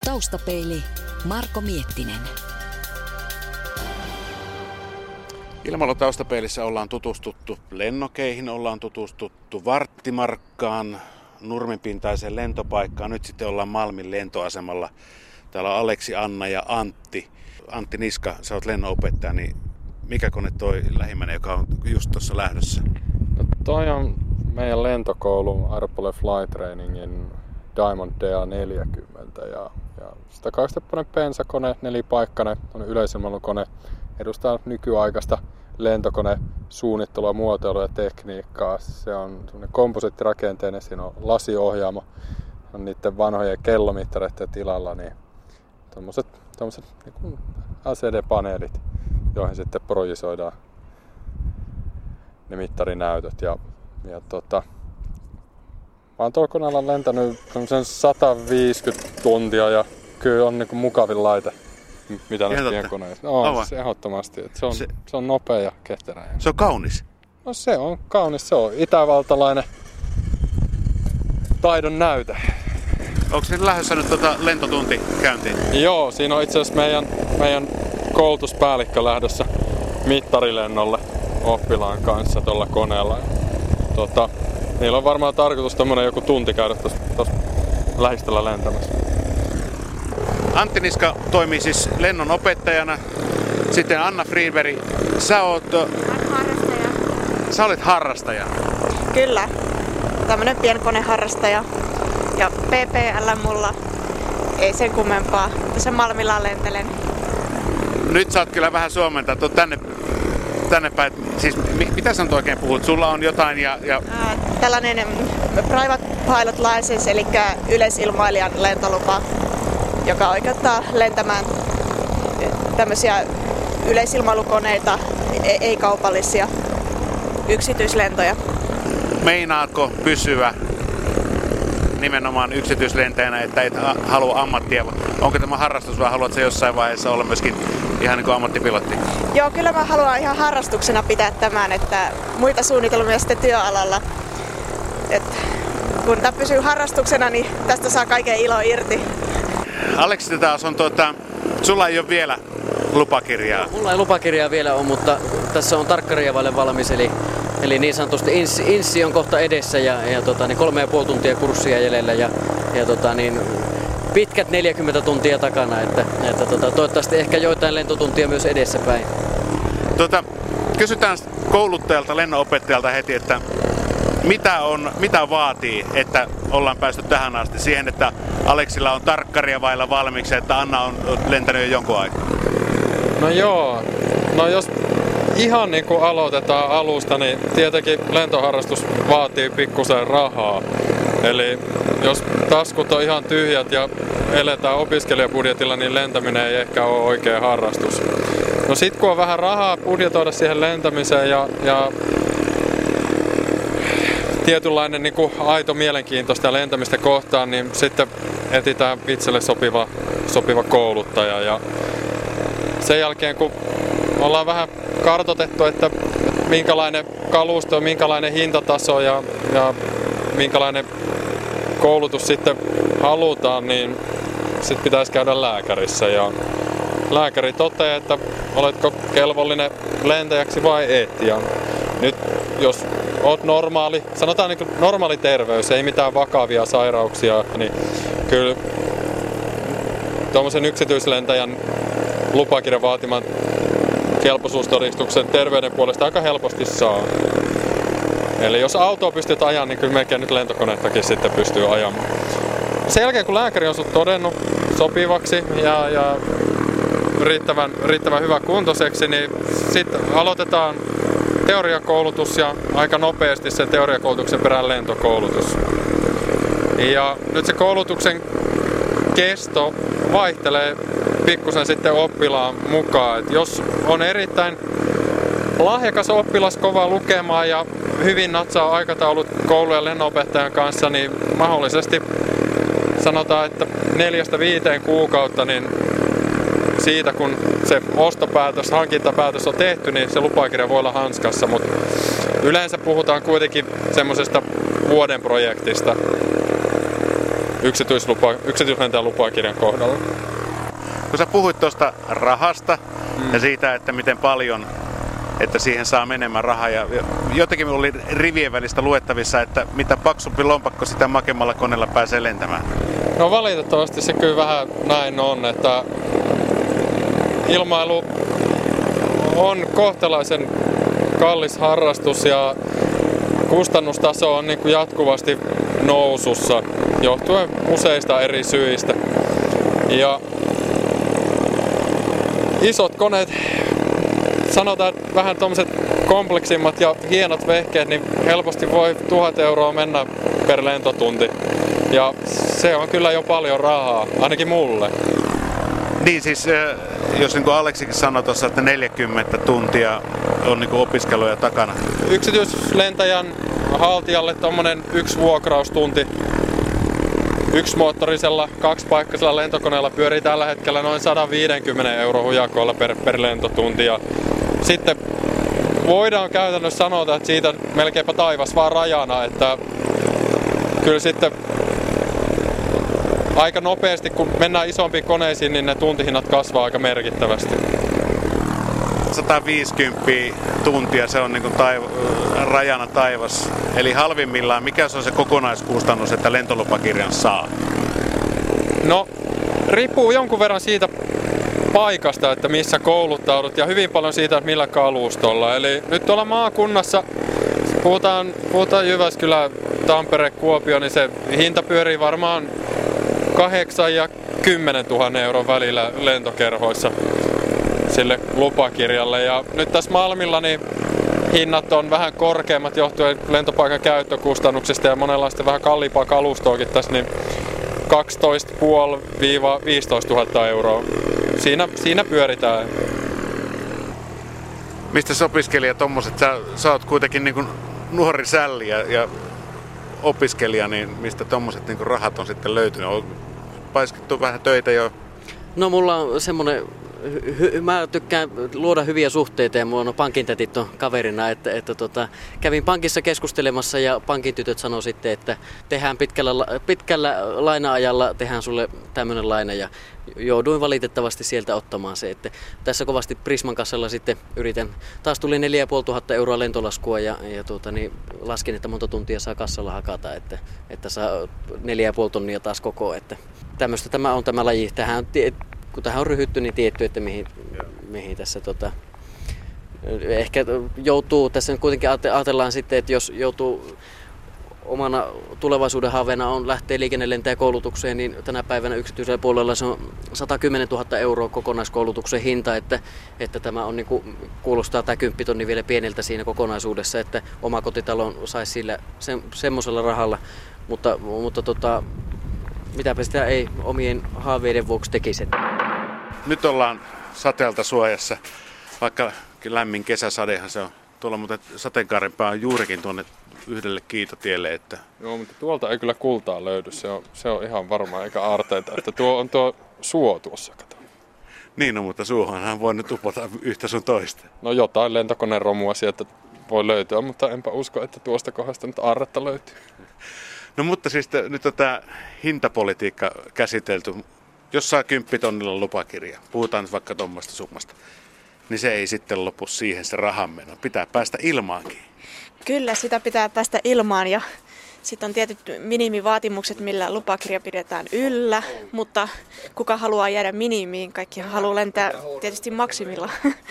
Taustapeili Marko Miettinen. Ilmailun taustapeilissä ollaan tutustuttu lennokeihin, ollaan tutustuttu Varttimarkkaan, nurmipintaiseen lentopaikkaan. Nyt sitten ollaan Malmin lentoasemalla. Täällä on Aleksi, Anna ja Antti. Antti Niska, sä oot lennonopettaja, niin mikä kone toi lähimmäinen, joka on just tuossa lähdössä? No, toi on meidän lentokoulu Arpole Flight Trainingin Diamond DA40 ja 120 pensakone, nelipaikkainen, yleisilmailukone, edustaa nykyaikaista lentokonesuunnittelua, muotoilua ja tekniikkaa. Se on komposiittirakenteinen, siinä on lasiohjaamo, on niiden vanhojen kellomittareiden tilalla, niin tommoset niin LCD-paneelit, joihin sitten projisoidaan ne mittarinäytöt. Mä oon tuolla koneella lentänyt 150 tuntia ja kyllä on niin kuin mukavin laite, mitä näissä pienkoneissa. On se ehdottomasti. Se on nopea ja ketterä. Se on kaunis? No se on kaunis. Se on itävaltalainen taidon näyte. Onko se lähdössä nyt lentotunti käyntiin? Joo, siinä on itse asiassa meidän koulutuspäällikkö lähdössä mittarilennolle oppilaan kanssa tuolla koneella. Niillä on varmaan tarkoitus tommonen joku tunti käydä tuossa lähistöllä lentämässä. Antti Niska toimii siis lennon opettajana. Sitten Anna Friberg, sä oot... Harrastaja. Sä olet harrastaja. Kyllä. Tämmönen pienkoneharrastaja. Ja PPL mulla ei sen kummempaa. Tässä Malmilla lentelen. Nyt sä oot kyllä vähän suomenta. Tuut tänne päin. Siis mitä sä nyt oikein puhut? Sulla on jotain ja... Tällainen Private Pilot License, eli yleisilmailijan lentolupa, joka oikeuttaa lentämään tämmöisiä yleisilmailukoneita, ei-kaupallisia yksityislentoja. Meinaatko pysyä nimenomaan yksityislentäjänä, että et halua ammattia? Onko tämä harrastus vai haluatko jossain vaiheessa olla myöskin ihan niin kuin ammattipilotti? Joo, kyllä mä haluan ihan harrastuksena pitää tämän, että muita suunnitelmia sitten työalalla. Kun tämä pysyy harrastuksena, niin tästä saa kaiken ilo irti. Aleksi, taas on sulla ei ole vielä lupakirjaa. Mulla ei lupakirjaa vielä ole, mutta tässä on tarkkariavaille valmis, eli niin sanotusti inssi on kohta edessä ja 3,5 tuntia kurssia jäljellä ja pitkät 40 tuntia takana, että toivottavasti ehkä joitain lentotuntia myös edessäpäin. Kysytään kouluttajalta, lennonopettajalta heti, että mitä vaatii, että ollaan päästy tähän asti siihen, että Aleksilla on tarkkaria vailla valmiiksi, että Anna on lentänyt jo jonkun aikaa? No joo, jos ihan niin kuin aloitetaan alusta, niin tietenkin lentoharrastus vaatii pikkusen rahaa. Eli jos taskut on ihan tyhjät ja eletään opiskelijabudjetilla, niin lentäminen ei ehkä ole oikea harrastus. No sit kun on vähän rahaa budjetoida siihen lentämiseen ja tietynlainen niin kuin aito mielenkiintoista lentämistä kohtaan, niin sitten etsitään itselle sopiva kouluttaja. Ja sen jälkeen kun ollaan vähän kartoitettu, että minkälainen kalusto, minkälainen hintataso ja minkälainen koulutus sitten halutaan, niin sitten pitäisi käydä lääkärissä. Ja lääkäri toteaa, että oletko kelvollinen lentäjäksi vai et. Ja nyt jos oot normaali, sanotaan niin kuin normaali terveys, ei mitään vakavia sairauksia, niin kyllä tuommoisen yksityislentäjän lupakirjan vaatiman kelpoisuustodistuksen terveyden puolesta aika helposti saa. Eli jos autoa pystyt ajamaan, niin kyllä melkein nyt lentokonettakin sitten pystyy ajamaan. Sen jälkeen kun lääkäri on sut todennut sopivaksi ja riittävän hyvä kuntoiseksi, niin sitten aloitetaan teoriakoulutus ja aika nopeasti sen teoriakoulutuksen perään lentokoulutus. Ja nyt se koulutuksen kesto vaihtelee pikkusen sitten oppilaan mukaan. Et jos on erittäin lahjakas oppilas, kova lukemaan ja hyvin natsaa aikataulut koulu- ja lennonopettajan kanssa, niin mahdollisesti sanotaan, että 4-5 kuukautta, niin siitä kun se ostopäätös, hankintapäätös on tehty, niin se lupakirja voi olla hanskassa, mutta yleensä puhutaan kuitenkin semmoisesta vuoden projektista. yksityislentäjän lupakirjan kohdalla. Kun sä puhuit tuosta rahasta ja siitä, että miten paljon, että siihen saa menemään rahaa. Ja jotenkin oli rivien välistä luettavissa, että mitä paksumpi lompakko, sitä makemmalla koneella pääsee lentämään. No valitettavasti se kyllä vähän näin on, että ilmailu on kohtalaisen kallis harrastus ja kustannustaso on niin kuin jatkuvasti nousussa johtuen useista eri syistä. Ja isot koneet, sanotaan, että vähän tommoset kompleksimmat ja hienot vehkeet, niin helposti voi 1,000 euroa mennä per lentotunti. Ja se on kyllä jo paljon rahaa, ainakin mulle. Niin siis, jos niin kuin Aleksikin sanoi tuossa, että 40 tuntia on niin kuin opiskeluja takana. Yksityislentäjän haltijalle tommonen 1 vuokraustunti yksimoottorisella, 2-paikkaisella lentokoneella pyörii tällä hetkellä noin 150 € hujakoilla per lentotunti. Ja sitten voidaan käytännössä sanoa, että siitä melkeinpä taivas vaan rajana, että kyllä sitten aika nopeasti, kun mennään isompiin koneisiin, niin ne tuntihinnat kasvaa aika merkittävästi. 150 tuntia, se on niin kuin rajana taivas. Eli halvimmillaan, mikä se on se kokonaiskustannus, että lentolupakirjan saa? No, riippuu jonkun verran siitä paikasta, että missä kouluttaudut ja hyvin paljon siitä, että millä kalustolla. Eli nyt tuolla maakunnassa, puhutaan Jyväskylä, Tampere, Kuopio, niin se hinta pyörii varmaan 8 ja 10 000 euron välillä lentokerhoissa sille lupakirjalle. Ja nyt tässä Malmilla niin hinnat on vähän korkeammat johtuen lentopaikan käyttökustannuksista ja monenlaista vähän kalliimpaa kalustoakin tässä, niin 12,5–15 000 euroa. Siinä pyöritään. Mistä sä opiskelija tommoset? Sä oot kuitenkin niin kuin nuori sälli ja opiskelija, niin mistä tommoset niin kuin rahat on sitten löytynyt? On paiskittu vähän töitä jo? No mulla on semmonen, mä tykkään luoda hyviä suhteita ja mulla on pankin tätit on kaverina, että kävin pankissa keskustelemassa ja pankin tytöt sanoi sitten, että tehdään pitkällä laina-ajalla tehdään sulle tämmönen laina ja jouduin valitettavasti sieltä ottamaan se, että tässä kovasti Prisman kassalla sitten yritän, taas tuli 4,500 euroa lentolaskua ja laskin, että monta tuntia saa kassalla hakata, että saa 4,5 tonnia taas koko, että tämmöistä tämä on tämä laji, kun tähän on ryhdytty, niin tietty, että mihin tässä ehkä joutuu, tässä nyt kuitenkin ajatellaan sitten, että jos joutuu omana tulevaisuuden haaveena on lähteä liikennelentäjäkoulutukseen, niin tänä päivänä yksityisellä puolella se on 110 000 euroa kokonaiskoulutuksen hinta, että tämä on niin kuin, kuulostaa tämä 10 000 vielä pieneltä siinä kokonaisuudessa, että oma kotitalon saisi sillä semmoisella rahalla, mutta mitäpä sitä ei omien haaveiden vuoksi tekisi. Nyt ollaan sateelta suojassa, vaikka lämmin kesäsadehan se on. Tuolla muuten sateenkaaren on juurikin tuonne yhdelle kiitotielle. Että... Joo, mutta tuolta ei kyllä kultaa löydy, se on ihan varmaa eikä aarteita, että tuo on tuo suo tuossa, kato. Niin, no, mutta suohanhan voi nyt upota yhtä sun toista. No jotain lentokoneen romua sieltä voi löytyä, mutta enpä usko, että tuosta kohdasta nyt aarretta löytyy. No mutta siis nyt on tämä hintapolitiikka käsitelty. Jos saa 10 000 lupakirja, puhutaan nyt vaikka tuommoista summasta, niin se ei sitten lopu siihen se rahanmeno. Pitää päästä ilmaankin. Kyllä, sitä pitää päästä ilmaan ja sitten on tietyt minimivaatimukset, millä lupakirja pidetään yllä, mutta kuka haluaa jäädä minimiin, kaikki haluaa lentää tietysti maksimilla.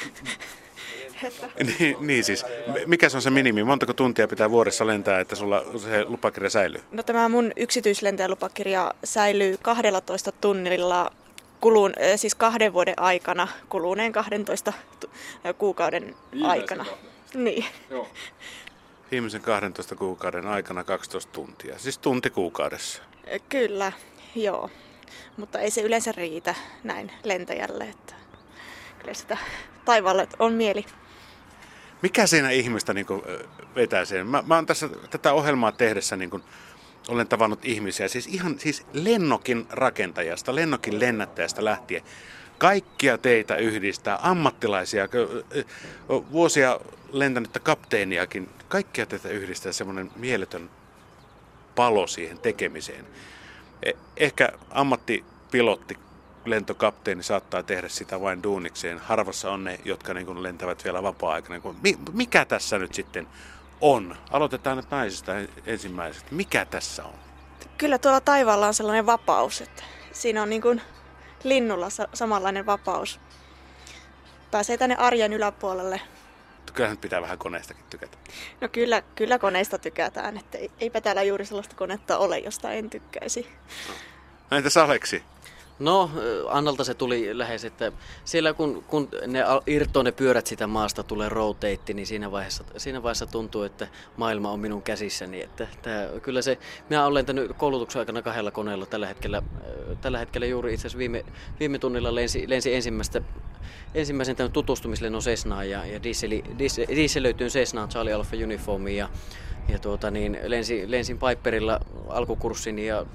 Niin siis, mikä se on se minimi? Montako tuntia pitää vuodessa lentää, että sulla se lupakirja säilyy? No tämä mun yksityislentäjälupakirja säilyy 12 tunnilla siis 2 vuoden aikana, kuluneen 12 kuukauden aikana. Niin. Joo. Viimeisen 12 kuukauden aikana 12 tuntia, siis tunti kuukaudessa. Kyllä, joo. Mutta ei se yleensä riitä näin lentäjälle, että kyllä sitä taivaalle on mieli. Mikä siinä ihmistä niin kuin vetää sen? Mä oon tässä tätä ohjelmaa tehdessä niin kuin, olen tavannut ihmisiä, siis lennokin rakentajasta, lennokin lennättäjästä lähtien. Kaikkia teitä yhdistää, ammattilaisia, vuosia lentänyttä kapteeniakin. Kaikkia teitä yhdistää semmoinen mieletön palo siihen tekemiseen. Ehkä ammattipilotti, lentokapteeni saattaa tehdä sitä vain duunikseen. Harvassa on ne, jotka niin kuin lentävät vielä vapaa-aikana. Mikä tässä nyt sitten on? Aloitetaan nyt naisista ensimmäisestä. Mikä tässä on? Kyllä tuolla taivaalla on sellainen vapaus, että siinä on niin kuin linnulla samanlainen vapaus. Pääsee tänne arjen yläpuolelle. Kyllähän pitää vähän koneestakin tykätä. No kyllä koneista tykätään, että eipä täällä juuri sellaista konetta ole, josta en tykkäisi. No entäs Aleksi? No, Annalta se tuli lähes, että siellä kun ne irtoo ne pyörät sitä maasta, tulee rotate, niin siinä vaiheessa tuntuu, että maailma on minun käsissäni. Että kyllä se, minä olen lentänyt koulutuksen aikana 2 koneella tällä hetkellä juuri itse asiassa viime tunnilla lensi ensimmäisen tämän tutustumislennon Cessnaan ja dieselöityyn Cessnaan Charlie Alpha Uniformiin ja lensin Piperilla alkukurssin ja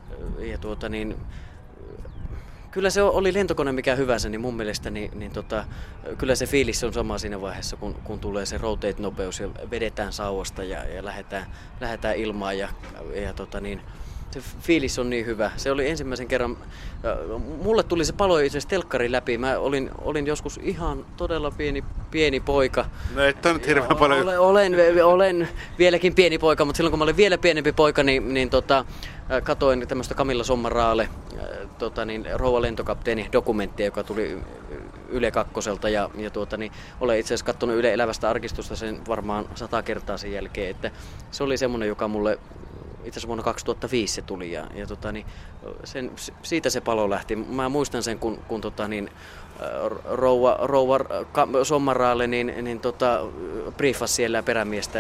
kyllä se oli lentokone mikä hyvänsä, niin mun mielestä kyllä se fiilis on sama siinä vaiheessa, kun tulee se rotate-nopeus ja vedetään sauvasta ja lähdetään ilmaan se fiilis on niin hyvä. Se oli ensimmäisen kerran, mulle tuli se palo itse asiassa telkkari läpi. Mä olin joskus ihan todella pieni poika. No et ole nyt hirveän paljon. Olen vieläkin pieni poika, mutta silloin kun mä olin vielä pienempi poika, katoin tämmöistä Camilla Sommarale, rouva lentokapteeni dokumenttia, joka tuli Yle 2:lta olen itse asiassa katsonut Yle Elävästä arkistusta sen varmaan 100 kertaa sen jälkeen, että se oli semmoinen, joka mulle itse asiassa vuonna 2005 se tuli siitä se palo lähti. Mä muistan sen, kun rouva Sommarale briefasi siellä perämiestä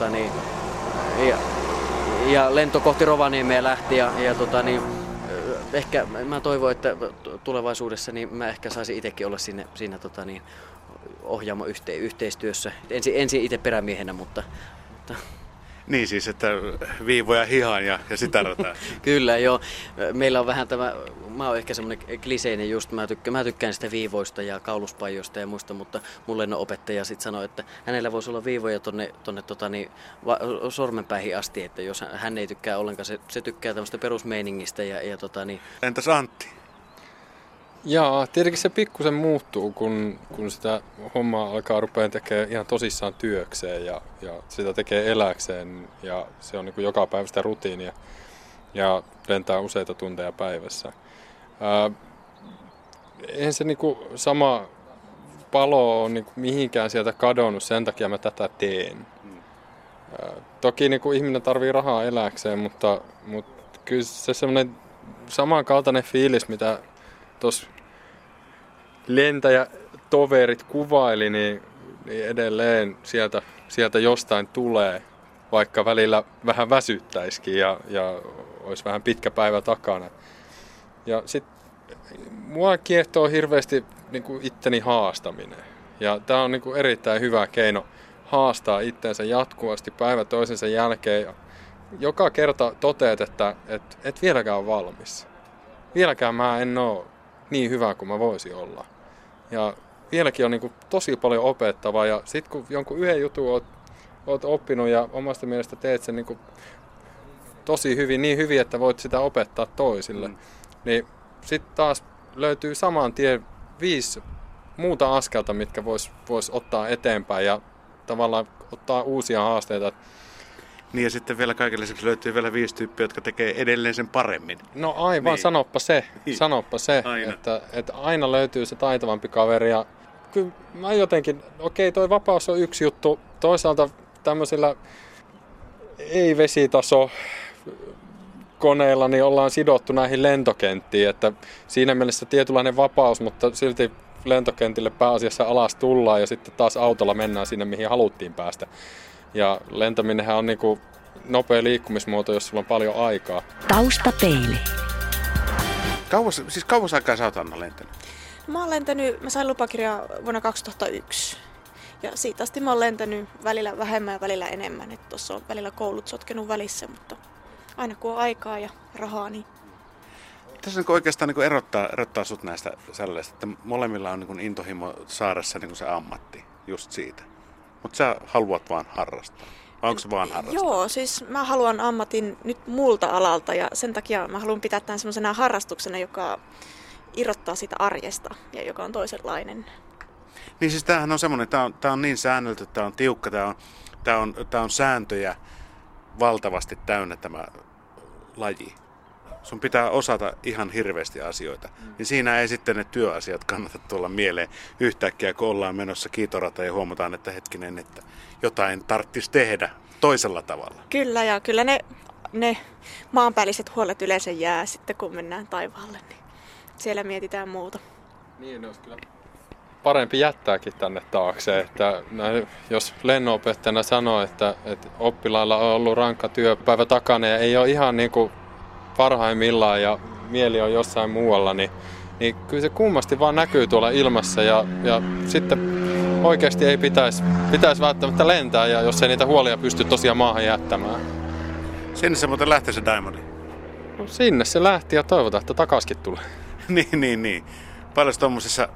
ja lento kohti Rovaniemeä lähti ehkä mä toivon, että tulevaisuudessa niin mä ehkä saisin itsekin olla siinä ohjaamo yhteistyössä. Ensin itse perämiehenä, mutta Niin siis, että viivoja hihaan ja sitä rataa. Kyllä, joo. Meillä on vähän mä oon ehkä semmoinen kliseinen just, mä tykkään sitä viivoista ja kauluspaijoista ja muista, mutta mun lennonopettaja sitten sanoi, että hänellä voisi olla viivoja tonne sormenpäihin asti, että jos hän ei tykkää ollenkaan, se tykkää tämmöistä perusmeiningistä Entäs Antti? Jaa, tietenkin se pikkusen muuttuu, kun sitä hommaa alkaa rupea tekemään ihan tosissaan työkseen ja sitä tekee eläkseen ja se on niin kuin joka päivä sitä rutiinia ja lentää useita tunteja päivässä. Eihän se niin kuin sama palo ole niin kuin mihinkään sieltä kadonnut, sen takia mä tätä teen. Toki niin kuin ihminen tarvii rahaa eläkseen, mutta kyllä se semmoinen samankaltainen fiilis, mitä tuossa lentäjätoverit kuvaili, niin edelleen sieltä jostain tulee, vaikka välillä vähän väsyttäisikin ja olisi vähän pitkä päivä takana. Ja sitten mua kiehtoo hirveästi niin kuin itteni haastaminen. Ja tämä on niin kuin erittäin hyvä keino haastaa itseensä jatkuvasti päivä toisensa jälkeen. Ja joka kerta toteat, että et vieläkään ole valmis. Vieläkään mä en ole niin hyvä kuin mä voisin olla. Ja vieläkin on niin kuin tosi paljon opettavaa. Ja sitten kun jonkun yhden jutun oot oppinut ja omasta mielestä teet sen niin kuin tosi hyvin, niin hyvin, että voit sitä opettaa toisille, niin sitten taas löytyy saman tien 5 muuta askelta, mitkä vois ottaa eteenpäin ja tavallaan ottaa uusia haasteita. Niin ja sitten vielä kaiken lisäksi löytyy vielä 5 tyyppiä, jotka tekee edelleen sen paremmin. No aivan, niin. Sanoppa se, aina. Että aina löytyy se taitavampi kaveri. Ja kyllä mä jotenkin, toi vapaus on yksi juttu. Toisaalta tämmöisillä ei-vesitaso koneilla niin ollaan sidottu näihin lentokenttiin, että siinä mielessä tietynlainen vapaus, mutta silti lentokentille pääasiassa alas tullaan ja sitten taas autolla mennään sinne, mihin haluttiin päästä. Ja lentäminenhän on niin kuin nopea liikkumismuoto, jos sulla on paljon aikaa. Taustapeili. Kauas aikaa sä oot, Anna, lentänyt? Mä sain lupakirjaa vuonna 2001. Ja siitä asti mä oon lentänyt välillä vähemmän ja välillä enemmän. Että tuossa on välillä koulut sotkenut välissä, mutta aina kun on aikaa ja rahaa, niin... Tässä niin oikeastaan niin erottaa sut näistä sellaisista, että molemmilla on niin intohimo saada se, niin se ammatti just siitä. Mutta sä haluat vaan harrastaa. Vai onko se vaan harrastus? Joo, siis mä haluan ammatin nyt muulta alalta ja sen takia mä haluan pitää tämän semmoisena harrastuksena, joka irrottaa sitä arjesta ja joka on toisenlainen. Niin siis tämähän on semmoinen, tämä on niin säännelty, tämä on tiukka, tämä on sääntöjä valtavasti täynnä tämä laji. Sun pitää osata ihan hirveästi asioita. Niin siinä ei sitten ne työasiat kannata tulla mieleen yhtäkkiä, kun ollaan menossa kiitorata ja huomataan, että hetkinen, että jotain tarvitsisi tehdä toisella tavalla. Kyllä, ja kyllä ne maanpäälliset huolet yleensä jää sitten, kun mennään taivaalle, niin siellä mietitään muuta. Niin, olisi kyllä parempi jättääkin tänne taakse. Että jos lennonopettajana sanoo, että oppilailla on ollut rankka työpäivä takana ja ei ole ihan niin kuin parhaimmillaan ja mieli on jossain muualla, niin kyllä se kummasti vaan näkyy tuolla ilmassa ja sitten oikeasti ei pitäisi välttämättä lentää, ja jos ei niitä huolia pysty tosiaan maahan jättämään. Sinne se muuten lähti se Diamondi. No, sinne se lähti ja toivotaan, että takaskin tulee. niin. Paljon tuommoisessa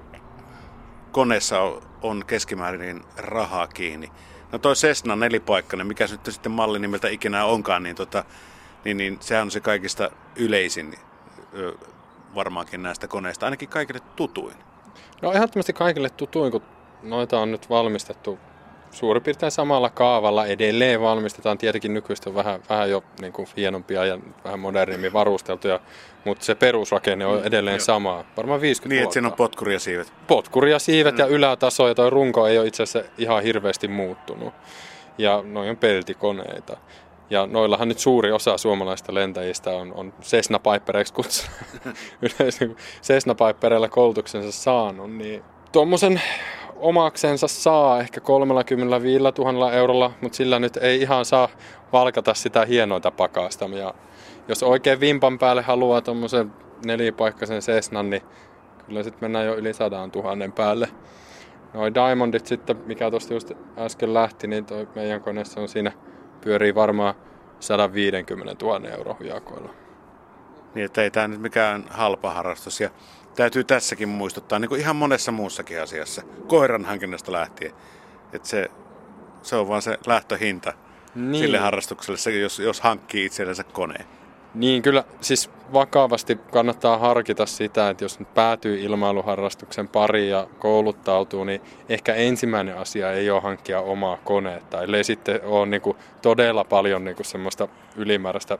koneessa on keskimäärin rahaa kiinni. No toi Cessna 4-paikkainen, mikä se nyt sitten malli nimeltä ikinä onkaan, niin sehän on se kaikista yleisin varmaankin näistä koneista, ainakin kaikille tutuin. No ehdottomasti kaikille tutuin, kun noita on nyt valmistettu suurin piirtein samalla kaavalla. Edelleen valmistetaan tietenkin nykyistä vähän jo niin kuin hienompia ja vähän modernimmin varusteltuja, mutta se perusrakenne on edelleen sama. Varmaan 50 niin, vuotta. että siinä on potkuri ja siivet. Potkuri ja siivet ja ylätaso, ja tuo runko ei ole itse asiassa ihan hirveästi muuttunut. Ja noin on peltikoneita. Ja noillahan nyt suuri osa suomalaisista lentäjistä on Cessna Pipereiksi kutsunut. Yleensä Cessna Piperilla koulutuksensa saanut, niin tuommoisen omaksensa saa ehkä 35 000 eurolla, mutta sillä nyt ei ihan saa valkata sitä hienoita pakasta. Ja jos oikein vimpan päälle haluaa tuommoisen 4-paikkaisen Cessnan, niin kyllä sitten mennään jo yli 100 000 päälle. Noi Diamondit sitten, mikä tuosta just äsken lähti, niin toi meidän koneessa on siinä pyörii varmaan 150 000 € hujakoilla. Niin, että ei tämä nyt mikään halpa harrastus. Ja täytyy tässäkin muistuttaa, niin kuin ihan monessa muussakin asiassa, koiran hankinnasta lähtien, että se on vaan se lähtöhinta sille harrastukselle, se, jos hankkii itsellensä koneen. Niin, kyllä siis vakavasti kannattaa harkita sitä, että jos nyt päätyy ilmailuharrastuksen pariin ja kouluttautuu, niin ehkä ensimmäinen asia ei ole hankkia omaa koneetta, ellei sitten ole niin kuin todella paljon niin kuin semmoista ylimääräistä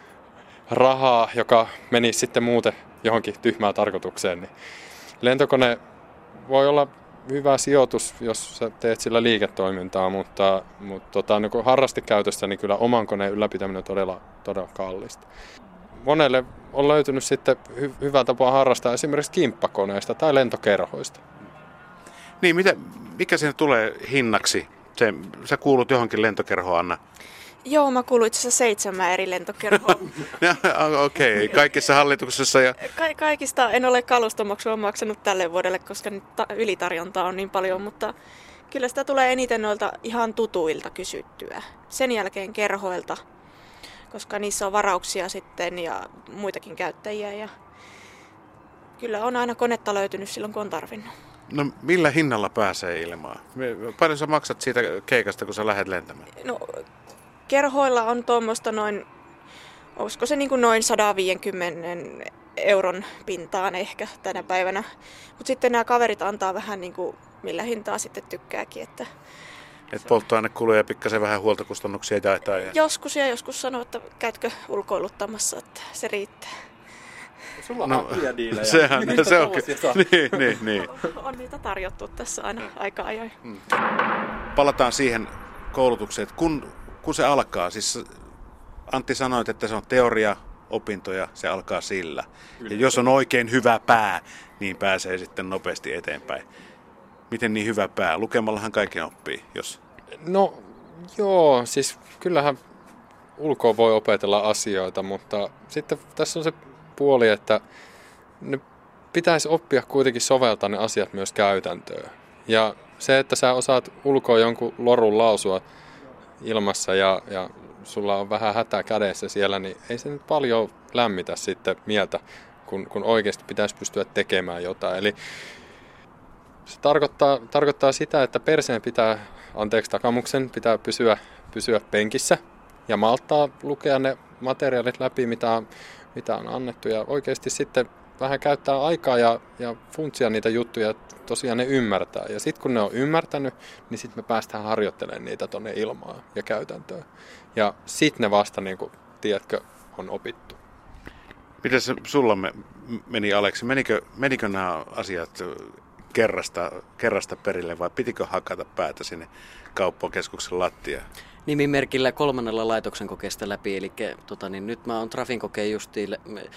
rahaa, joka menisi sitten muuten johonkin tyhmään tarkoitukseen. Niin lentokone voi olla hyvä sijoitus, jos sä teet sillä liiketoimintaa, mutta niin kuin harrastekäytössä niin kyllä oman koneen ylläpitäminen on todella kallista. Monelle on löytynyt sitten hyvä tapa harrastaa esimerkiksi kimppakoneista tai lentokerhoista. Niin, mikä siinä tulee hinnaksi? Sä kuulut johonkin lentokerhoon, Anna. Joo, mä kuulun itse asiassa 7 eri lentokerhoa. Okei, kaikissa hallituksessa. Ja Kaikista en ole kalustomaksua maksanut tälle vuodelle, koska nyt ylitarjontaa on niin paljon, mutta kyllä sitä tulee eniten noilta ihan tutuilta kysyttyä. Sen jälkeen kerhoilta, koska niissä on varauksia sitten ja muitakin käyttäjiä. Ja kyllä on aina konetta löytynyt silloin, kun on tarvinnut. No millä hinnalla pääsee ilmaan? Paljon sä maksat siitä keikasta, kun sä lähdet lentämään? No, kerhoilla on tuommoista noin, olisiko se niin kuin noin 150 euron pintaan ehkä tänä päivänä. Mutta sitten nämä kaverit antaa vähän niin kuin millä hintaa sitten tykkääkin. Että polttoainekuluja ja pikkasen vähän huoltokustannuksia jaetaan. Joskus sanoo, että käytkö ulkoiluttamassa, että se riittää. Sulla on hyviä diilejä. Se on niin. On niitä tarjottu tässä aina aika ajoin. Palataan siihen koulutukseen, että kun se alkaa, siis Antti sanoit, että se on teoriaopintoja, se alkaa sillä. Ja jos on oikein hyvä pää, niin pääsee sitten nopeasti eteenpäin. Miten niin hyvä pää? Lukemallahan kaikki oppii, jos... No joo, siis kyllähän ulkoa voi opetella asioita, mutta sitten tässä on se puoli, että ne pitäisi oppia kuitenkin soveltaa ne asiat myös käytäntöön. Ja se, että sä osaat ulkoa jonkun lorun lausua ilmassa ja sulla on vähän hätä kädessä siellä, niin ei se nyt paljon lämmitä sitten mieltä, kun oikeasti pitäisi pystyä tekemään jotain. Eli se tarkoittaa sitä, että perseen pitää takamuksen pitää pysyä penkissä ja malttaa lukea ne materiaalit läpi, mitä on annettu. Ja oikeasti sitten vähän käyttää aikaa ja funtsia niitä juttuja, että tosiaan ne ymmärtää. Ja sitten kun ne on ymmärtänyt, niin sitten me päästään harjoittelemaan niitä tuonne ilmaan ja käytäntöön. Ja sitten ne vasta, niin kuin, tiedätkö, on opittu. Miten se sulla meni, Aleksi? Menikö nämä asiat kerrasta perille vai pitikö hakata päätä sinne kauppakeskuksen lattiaan? Nimimerkillä 3. laitoksen kokeesta läpi, eli nyt mä oon Trafin kokeen justiin,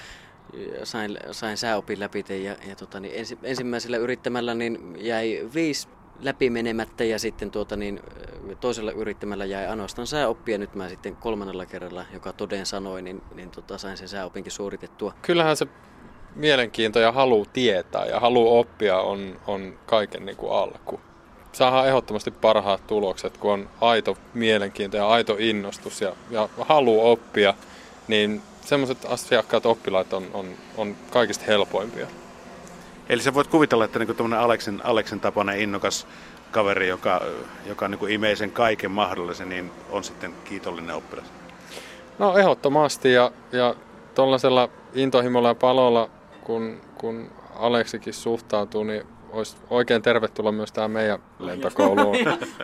sain sääopin läpi ja ensimmäisellä yrittämällä niin jäi 5 läpi menemättä ja sitten toisella yrittämällä jäi ainoastaan sääoppi ja nyt mä sitten 3. kerralla, joka toden sanoi, niin sain sen sääopinkin suoritettua. Kyllähän se mielenkiinto ja halu tietää ja halu oppia on kaiken niin kuin alku. Saadaan ehdottomasti parhaat tulokset, kun on aito mielenkiinto ja aito innostus ja halu oppia, niin sellaiset asiakkaat oppilaat on kaikista helpoimpia. Eli sä voit kuvitella, että niinku tämmöinen Aleksen tapainen innokas kaveri, joka niinku imee sen kaiken mahdollisen, niin on sitten kiitollinen oppilas. No ehdottomasti ja tuollaisella intohimolla ja palolla, kun Aleksikin suhtautuu, niin olisi oikein tervetuloa myös tähän meidän lentokouluun.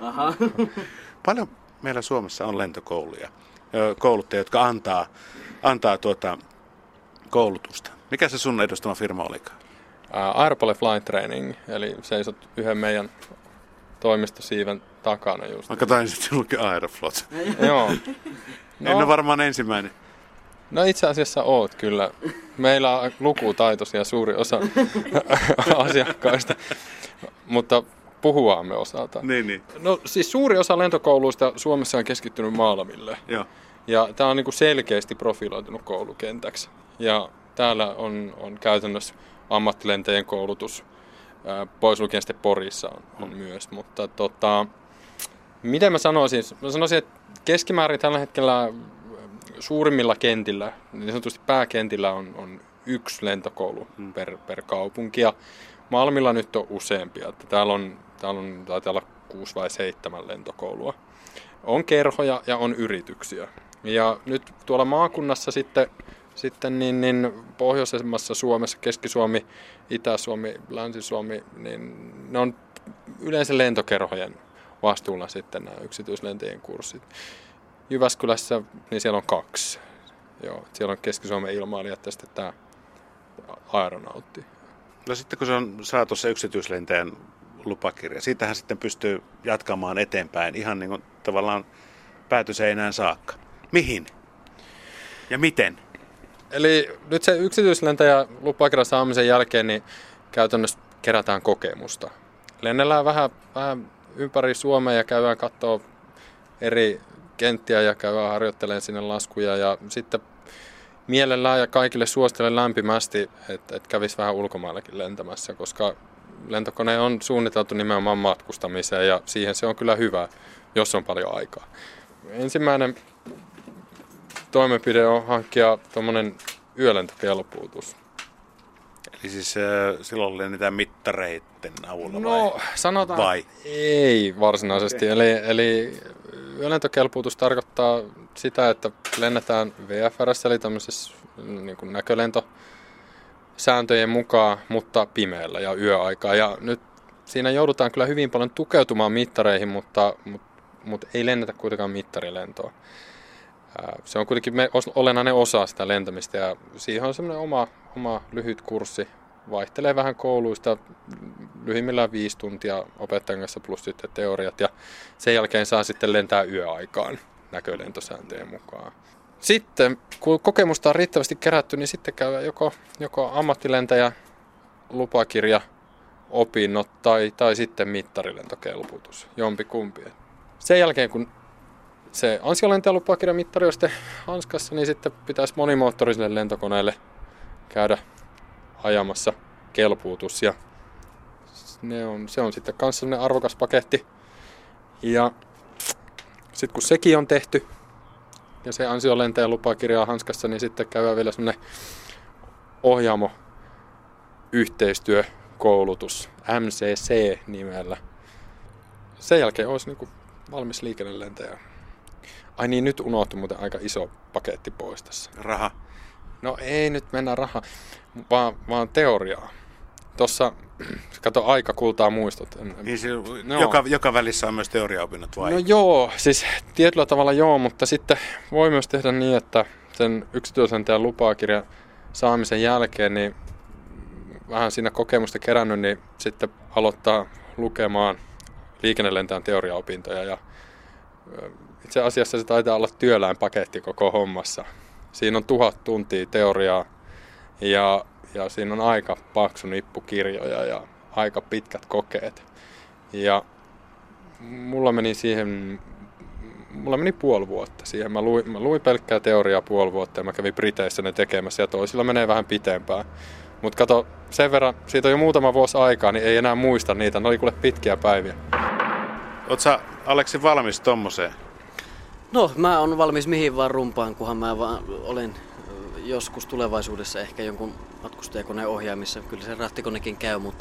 Paljon meillä Suomessa on lentokouluja, kouluttajia, jotka antaa koulutusta. Mikä se sun edustama firma olikaan? Aeropole Flight Training, eli seisot yhden meidän toimistosiiven takana just. Vaikka taisit sinullakin Aeroflot. Joo. En ole varmaan ensimmäinen. No itse asiassa oot kyllä. Meillä on lukutaitoisia suuri osa asiakkaista, mutta puhua me osataan. Niin. No siis suuri osa lentokouluista Suomessa on keskittynyt Malmille. Joo. Ja tämä on niin kuin selkeästi profiloitunut koulukentäksi. Ja täällä on käytännössä ammattilentäjien koulutus, pois lukien sitten Porissa on myös. Mutta miten mä sanoisin? Mä sanoisin, että keskimäärin tällä hetkellä suurimmilla kentillä, niin sanotusti pääkentillä on 1 lentokoulu per kaupunki. Ja Malmilla nyt on useampia. Täällä taitaa olla 6 vai 7 lentokoulua. On kerhoja ja on yrityksiä. Ja nyt tuolla maakunnassa sitten niin pohjoisemmassa Suomessa, Keski-Suomi, Itä-Suomi, Länsi-Suomi, niin ne on yleensä lentokerhojen vastuulla sitten nämä yksityislentäjien kurssit. Jyväskylässä niin siellä on 2. Joo, siellä on Keski-Suomen ilmailijat ja sitten tämä aeronautti. No sitten kun se on saatu se yksityislentäjän lupakirja, siitähän sitten pystyy jatkamaan eteenpäin ihan niin kuin tavallaan päätöseinään saakka. Mihin? Ja miten? Eli nyt se yksityislentäjä lupakirjan saamisen jälkeen niin käytännössä kerätään kokemusta. Lennellään vähän ympäri Suomea ja käydään katsoa eri kenttiä ja käydään harjoittelemaan sinne laskuja. Ja sitten mielellään ja kaikille suosittelen lämpimästi, että kävisi vähän ulkomaillakin lentämässä, koska lentokone on suunniteltu nimenomaan matkustamiseen ja siihen se on kyllä hyvä, jos on paljon aikaa. Ensimmäinen toimenpide on hankkia tuommoinen yölentokelpuutus. Eli siis silloin lennetään mittareiden avulla No sanotaan, ei varsinaisesti. Eli yölentokelpuutus tarkoittaa sitä, että lennetään VFR:ssä eli tämmöisessä niin kuin näkölentosääntöjen mukaan, mutta pimeällä ja yöaikaa. Ja nyt siinä joudutaan kyllä hyvin paljon tukeutumaan mittareihin, mutta ei lennetä kuitenkaan mittarilentoa. Se on kuitenkin olennainen osa sitä lentämistä ja siihen on semmoinen oma lyhyt kurssi. Vaihtelee vähän kouluista, lyhimmillään 5 tuntia opettajan kanssa plus sitten teoriat ja sen jälkeen saa sitten lentää yöaikaan näkölentosääntöjen mukaan. Sitten kun kokemusta on riittävästi kerätty, niin sitten käy joko ammattilentäjä, lupakirja, opinnot tai sitten mittarilentokelpuutus, jompikumpi. Sen jälkeen kun se ansiolentajalupakirjan mittari on sitten hanskassa, niin sitten pitäisi monimoottoriselle lentokoneelle käydä ajamassa kelpuutus. Ja se on sitten myös sellainen arvokas paketti. Ja sitten kun sekin on tehty ja se ansiolentajan lupakirja on hanskassa, niin sitten käydään vielä sellainen ohjaamo-yhteistyökoulutus MCC-nimellä. Sen jälkeen olisi niin kuin valmis liikennelentäjä. Ai niin, nyt unohtui muuten aika iso paketti pois tässä. Raha. No ei nyt mennä raha, vaan teoriaa. Tuossa, kato, aika kultaa muistot. Niin se, No. joka välissä on myös teoriaopinnot vai? No joo, siis tietyllä tavalla joo, mutta sitten voi myös tehdä niin, että sen yksityislentäjän lupakirjan saamisen jälkeen, niin vähän siinä kokemusta kerännyt, niin sitten aloittaa lukemaan liikennelentäjän teoriaopintoja. Ja itse asiassa se taitaa olla työläinpaketti koko hommassa. Siinä on 1000 tuntia teoriaa ja siinä on aika paksu nippukirjoja ja aika pitkät kokeet. Ja mulla meni puoli vuotta siihen. Mä luin pelkkää teoriaa puoli vuotta ja mä kävin Briteissä ne tekemässä ja toisilla menee vähän pitempään. Mutta kato, sen verran, siitä on jo muutama vuosi aikaa, niin ei enää muista niitä. Ne oli kuule pitkiä päiviä. Oot sä, Aleksi, valmis tommoseen? No, mä oon valmis mihin vaan rumpaan, kunhan mä vaan olen joskus tulevaisuudessa ehkä jonkun matkustajakoneen ohjaamissa. Kyllä se rahtikonekin käy, mutta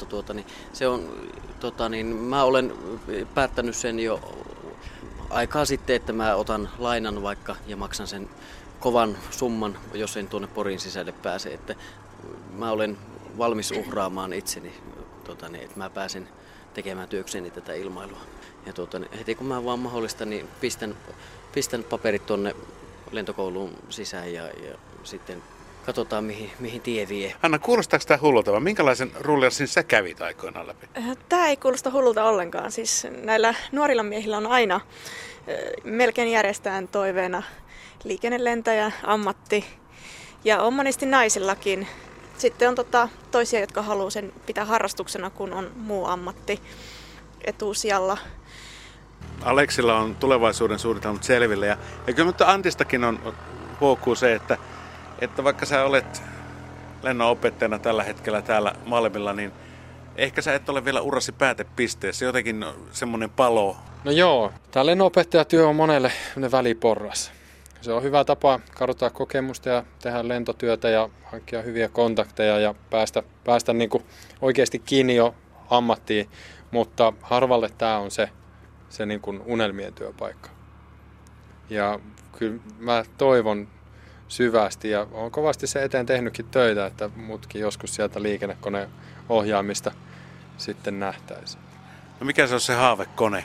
mä olen päättänyt sen jo aikaa sitten, että mä otan lainan vaikka ja maksan sen kovan summan, jos en tuonne Porin sisälle pääse. Että mä olen valmis uhraamaan itseni, että mä pääsen tekemään työkseni tätä ilmailua. Ja heti kun mä vaan mahdollista, niin pistän paperit tuonne lentokouluun sisään ja sitten katsotaan mihin tie vie. Hanna, kuulostaako tämä hullulta vai minkälaisen rullanssin sä kävit aikoinaan läpi? Tämä ei kuulosta hullulta ollenkaan. Siis näillä nuorilla miehillä on aina melkein järjestään toiveena liikennelentäjä, ammatti ja on monesti naisillakin. Sitten on toisia, jotka haluaa sen pitää harrastuksena, kun on muu ammatti etusijalla. Aleksilla on tulevaisuuden suunnitelmat selville ja kyllä mutta Antistakin huokuu se, että vaikka sä olet lennonopettajana tällä hetkellä täällä Malmilla, niin ehkä sä et ole vielä urasi päätepisteessä, jotenkin semmoinen palo. No joo, tämä lennonopettajatyö on monelle väliporras. Se on hyvä tapa kartoittaa kokemusta ja tehdä lentotyötä ja hankkia hyviä kontakteja ja päästä niin kuin oikeasti kiinni jo ammattiin, mutta harvalle tämä on se niin kuin unelmien työpaikka. Ja kyllä mä toivon syvästi ja olen kovasti se eteen tehnytkin töitä, että muutkin joskus sieltä liikennekoneen ohjaamista sitten nähtäisiin. No mikä se on se haavekone?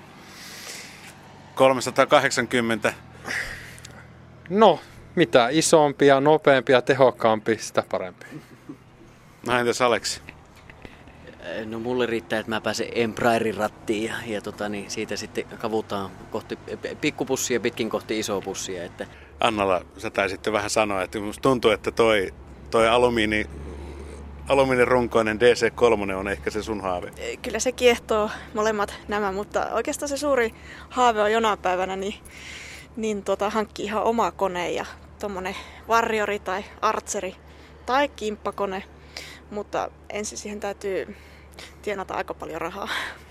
380? No, mitä isompia, nopeampia, tehokkaampi, sitä parempi. No entäs Aleksi? No mulle riittää, että mä pääsen Embraerin rattiin ja siitä sitten kavutaan kohti pikkupussia pitkin kohti isoa pussia. Että Annalla, sä taisit vähän sanoa, että musta tuntuu, että toi alumiinirunkoinen DC-3 on ehkä se sun haave. Kyllä se kiehtoo molemmat nämä, mutta oikeastaan se suuri haave on jonain päivänä hankki ihan oma kone ja tommonen varjori tai artseri tai kimppakone, mutta ensin siihen täytyy tienata aika paljon rahaa.